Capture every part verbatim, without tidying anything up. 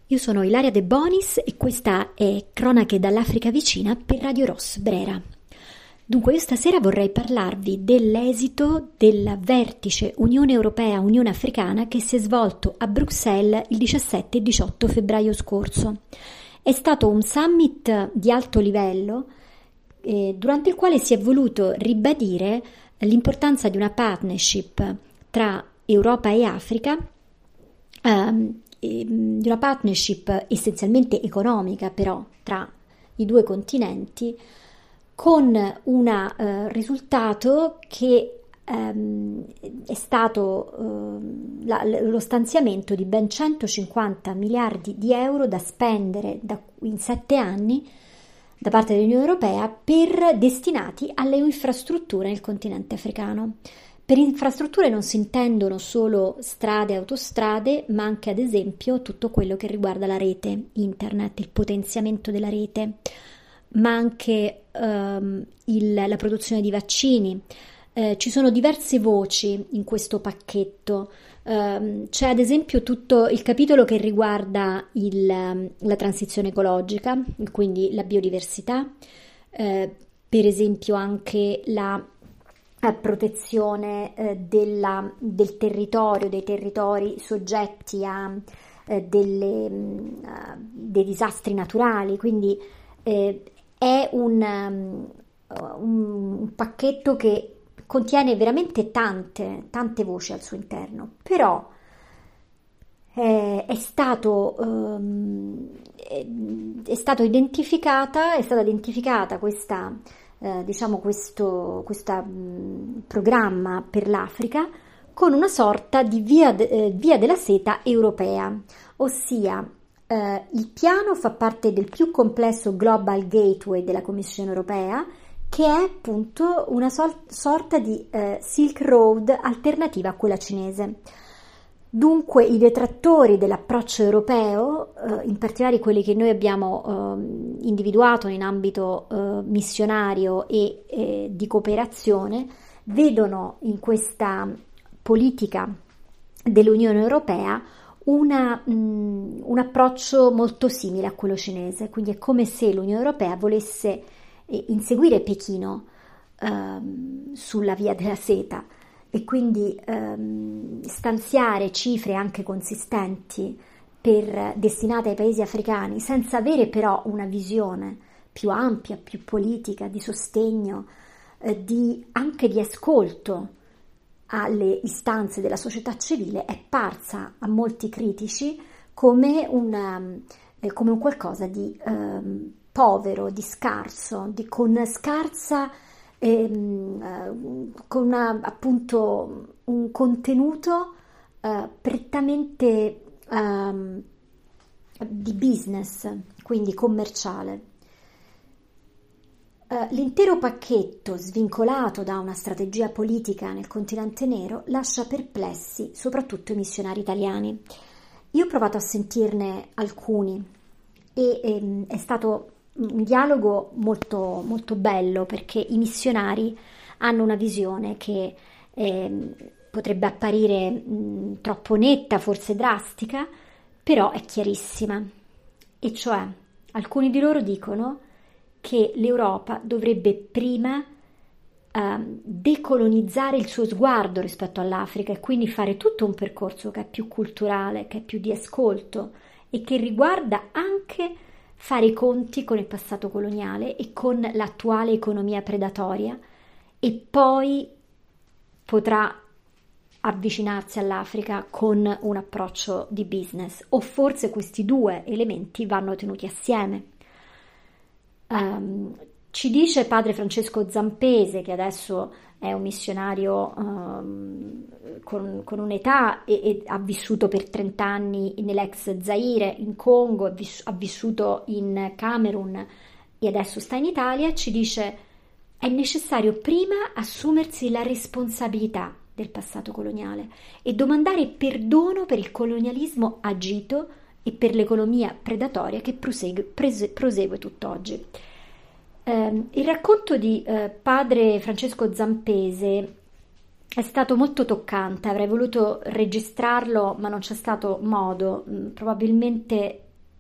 Io sono Ilaria De Bonis e questa è Cronache dall'Africa vicina per Radio Ross Brera. Dunque, io stasera vorrei parlarvi dell'esito del vertice Unione Europea-Unione Africana che si è svolto a Bruxelles il diciassette e diciotto febbraio scorso. È stato un summit di alto livello eh, durante il quale si è voluto ribadire l'importanza di una partnership tra Europa e Africa, ehm, di una partnership essenzialmente economica però tra i due continenti, con un eh, risultato che ehm, è stato eh, la, lo stanziamento di ben centocinquanta miliardi di euro da spendere da, in sette anni da parte dell'Unione Europea per destinati alle infrastrutture nel continente africano. Per infrastrutture non si intendono solo strade e autostrade, ma anche ad esempio tutto quello che riguarda la rete internet, il potenziamento della rete, ma anche ehm, il, la produzione di vaccini. Eh, ci sono diverse voci in questo pacchetto. Eh, c'è ad esempio tutto il capitolo che riguarda il, la transizione ecologica, quindi la biodiversità, eh, per esempio anche la a protezione eh, della, del territorio, dei territori soggetti a eh, delle, mh, dei disastri naturali, quindi eh, è un, um, un, un pacchetto che contiene veramente tante, tante voci al suo interno, però eh, è stato um, è, è stato identificata, è stata identificata questa Eh, diciamo questo questa, mh, programma per l'Africa con una sorta di via, de, eh, via della seta europea, ossia eh, il piano fa parte del più complesso Global Gateway della Commissione europea, che è appunto una sol- sorta di eh, Silk Road alternativa a quella cinese. Dunque i detrattori dell'approccio europeo, eh, in particolare quelli che noi abbiamo eh, individuato in ambito eh, missionario e eh, di cooperazione, vedono in questa politica dell'Unione Europea una, mh, un approccio molto simile a quello cinese, quindi è come se l'Unione Europea volesse eh, inseguire Pechino eh, sulla via della seta, e quindi ehm, stanziare cifre anche consistenti per, destinate ai paesi africani, senza avere però una visione più ampia, più politica, di sostegno, eh, di, anche di ascolto alle istanze della società civile, è parsa a molti critici come un, eh, come un qualcosa di ehm, povero, di scarso, di, con scarsa Ehm, con una, appunto un contenuto eh, prettamente ehm, di business, quindi commerciale. Eh, l'intero pacchetto, svincolato da una strategia politica nel continente nero, lascia perplessi soprattutto i missionari italiani. Io ho provato a sentirne alcuni e ehm, è stato un dialogo molto, molto bello, perché i missionari hanno una visione che eh, potrebbe apparire mh, troppo netta, forse drastica, però è chiarissima. E cioè, alcuni di loro dicono che l'Europa dovrebbe prima eh, decolonizzare il suo sguardo rispetto all'Africa e quindi fare tutto un percorso che è più culturale, che è più di ascolto e che riguarda anche fare i conti con il passato coloniale e con l'attuale economia predatoria, e poi potrà avvicinarsi all'Africa con un approccio di business, o forse questi due elementi vanno tenuti assieme. Um, ci dice padre Francesco Zampese, che adesso è un missionario um, con, con un'età e, e ha vissuto per trenta anni nell'ex Zaire, in Congo, ha vissuto in Camerun e adesso sta in Italia. Ci dice: è necessario prima assumersi la responsabilità del passato coloniale e domandare perdono per il colonialismo agito e per l'economia predatoria che prosegue, prese, prosegue tutt'oggi. Eh, il racconto di eh, padre Francesco Zampese è stato molto toccante, avrei voluto registrarlo ma non c'è stato modo. Probabilmente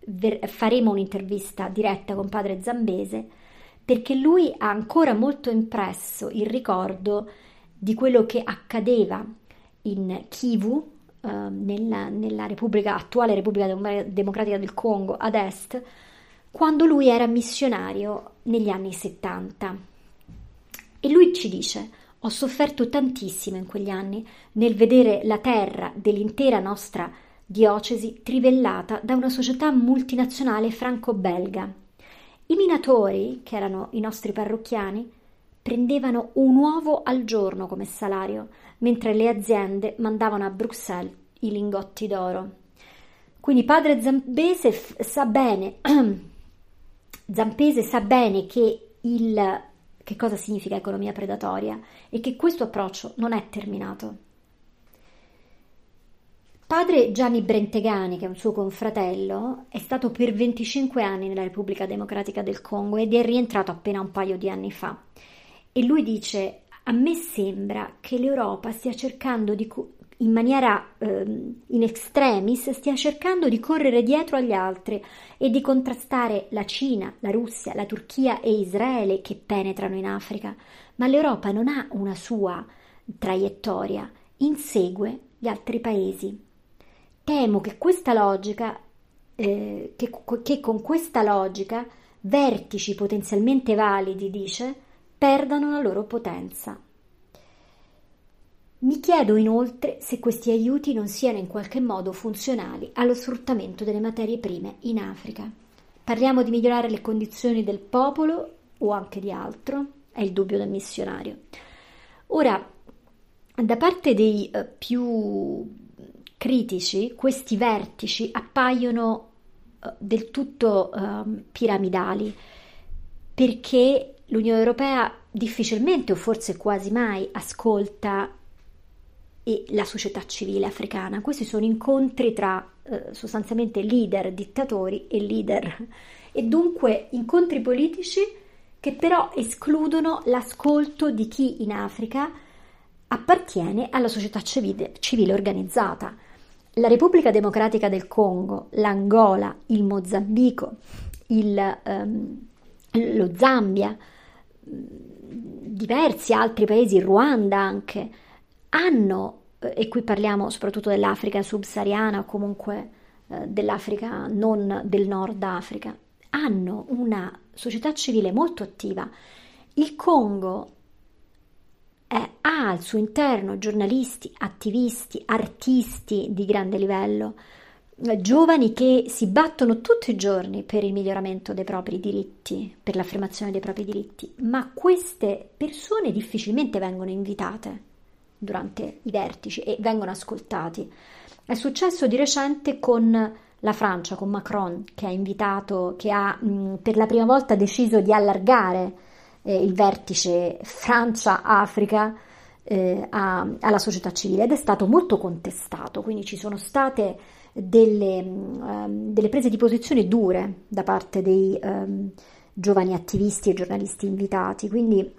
ver- faremo un'intervista diretta con padre Zambese, perché lui ha ancora molto impresso il ricordo di quello che accadeva in Kivu, eh, nella, nella Repubblica, attuale Repubblica Democratica del Congo ad est, quando lui era missionario negli anni settanta. E lui ci dice: ho sofferto tantissimo in quegli anni nel vedere la terra dell'intera nostra diocesi trivellata da una società multinazionale franco-belga. I minatori, che erano i nostri parrocchiani, prendevano un uovo al giorno come salario, mentre le aziende mandavano a Bruxelles i lingotti d'oro. Quindi padre Zambese sa bene, Zampese sa bene che il che cosa significa economia predatoria e che questo approccio non è terminato. Padre Gianni Brentegani, che è un suo confratello, è stato per venticinque anni nella Repubblica Democratica del Congo ed è rientrato appena un paio di anni fa. E lui dice: a me sembra che l'Europa stia cercando di, in maniera eh, in extremis, stia cercando di correre dietro agli altri e di contrastare la Cina, la Russia, la Turchia e Israele che penetrano in Africa, ma l'Europa non ha una sua traiettoria, insegue gli altri paesi. Temo che questa logica, eh, che, che con questa logica vertici potenzialmente validi, dice, perdano la loro potenza. Mi chiedo inoltre se questi aiuti non siano in qualche modo funzionali allo sfruttamento delle materie prime in Africa. Parliamo di migliorare le condizioni del popolo o anche di altro? È il dubbio del missionario. Ora, da parte dei eh, più critici, questi vertici appaiono eh, del tutto eh, piramidali, perché l'Unione Europea difficilmente o forse quasi mai ascolta e la società civile africana. Questi sono incontri tra eh, sostanzialmente leader dittatori e leader, e dunque incontri politici che però escludono l'ascolto di chi in Africa appartiene alla società civile, civile organizzata. La Repubblica Democratica del Congo, l'Angola, il Mozambico, il, um, lo Zambia, diversi altri paesi, il Ruanda anche, hanno, e qui parliamo soprattutto dell'Africa subsahariana o comunque eh, dell'Africa non del Nord Africa, hanno una società civile molto attiva. Il Congo eh, ha al suo interno giornalisti, attivisti, artisti di grande livello, eh, giovani che si battono tutti i giorni per il miglioramento dei propri diritti, per l'affermazione dei propri diritti, ma queste persone difficilmente vengono invitate durante i vertici e vengono ascoltati. È successo di recente con la Francia, con Macron, che ha invitato, che ha mh, per la prima volta deciso di allargare eh, il vertice Francia-Africa eh, a, alla società civile, ed è stato molto contestato, quindi ci sono state delle, um, delle prese di posizione dure da parte dei um, giovani attivisti e giornalisti invitati, quindi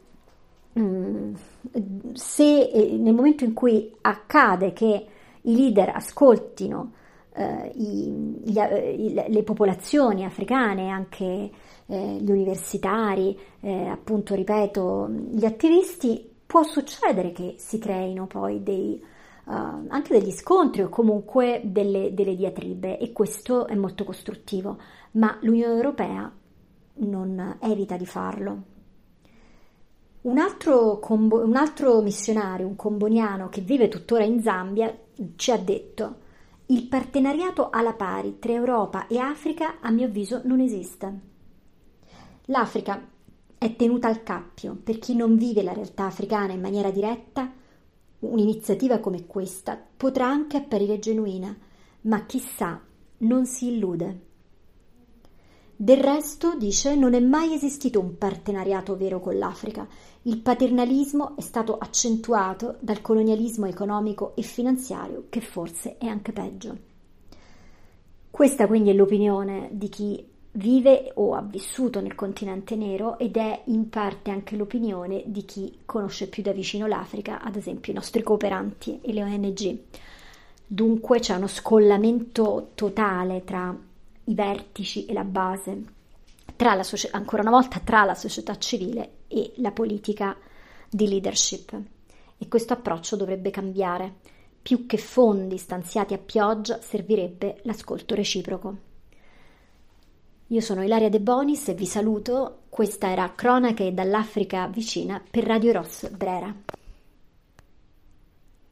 se nel momento in cui accade che i leader ascoltino eh, i, gli, i, le popolazioni africane, anche eh, gli universitari, eh, appunto ripeto, gli attivisti, può succedere che si creino poi dei, uh, anche degli scontri o comunque delle, delle diatribe, e questo è molto costruttivo, ma l'Unione Europea non evita di farlo. Un altro, combo, un altro missionario, un comboniano che vive tuttora in Zambia, ci ha detto: il partenariato alla pari tra Europa e Africa a mio avviso non esiste. L'Africa è tenuta al cappio. Per chi non vive la realtà africana in maniera diretta, un'iniziativa come questa potrà anche apparire genuina, ma chissà, non si illude. Del resto, dice, non è mai esistito un partenariato vero con l'Africa. Il paternalismo è stato accentuato dal colonialismo economico e finanziario, che forse è anche peggio. Questa quindi è l'opinione di chi vive o ha vissuto nel continente nero, ed è in parte anche l'opinione di chi conosce più da vicino l'Africa, ad esempio i nostri cooperanti e le O N G. Dunque c'è uno scollamento totale tra i vertici e la base, tra la soci- ancora una volta tra la società civile e la politica di leadership. E questo approccio dovrebbe cambiare. Più che fondi stanziati a pioggia, servirebbe l'ascolto reciproco. Io sono Ilaria De Bonis e vi saluto. Questa era Cronache dall'Africa vicina per Radio Ross Brera.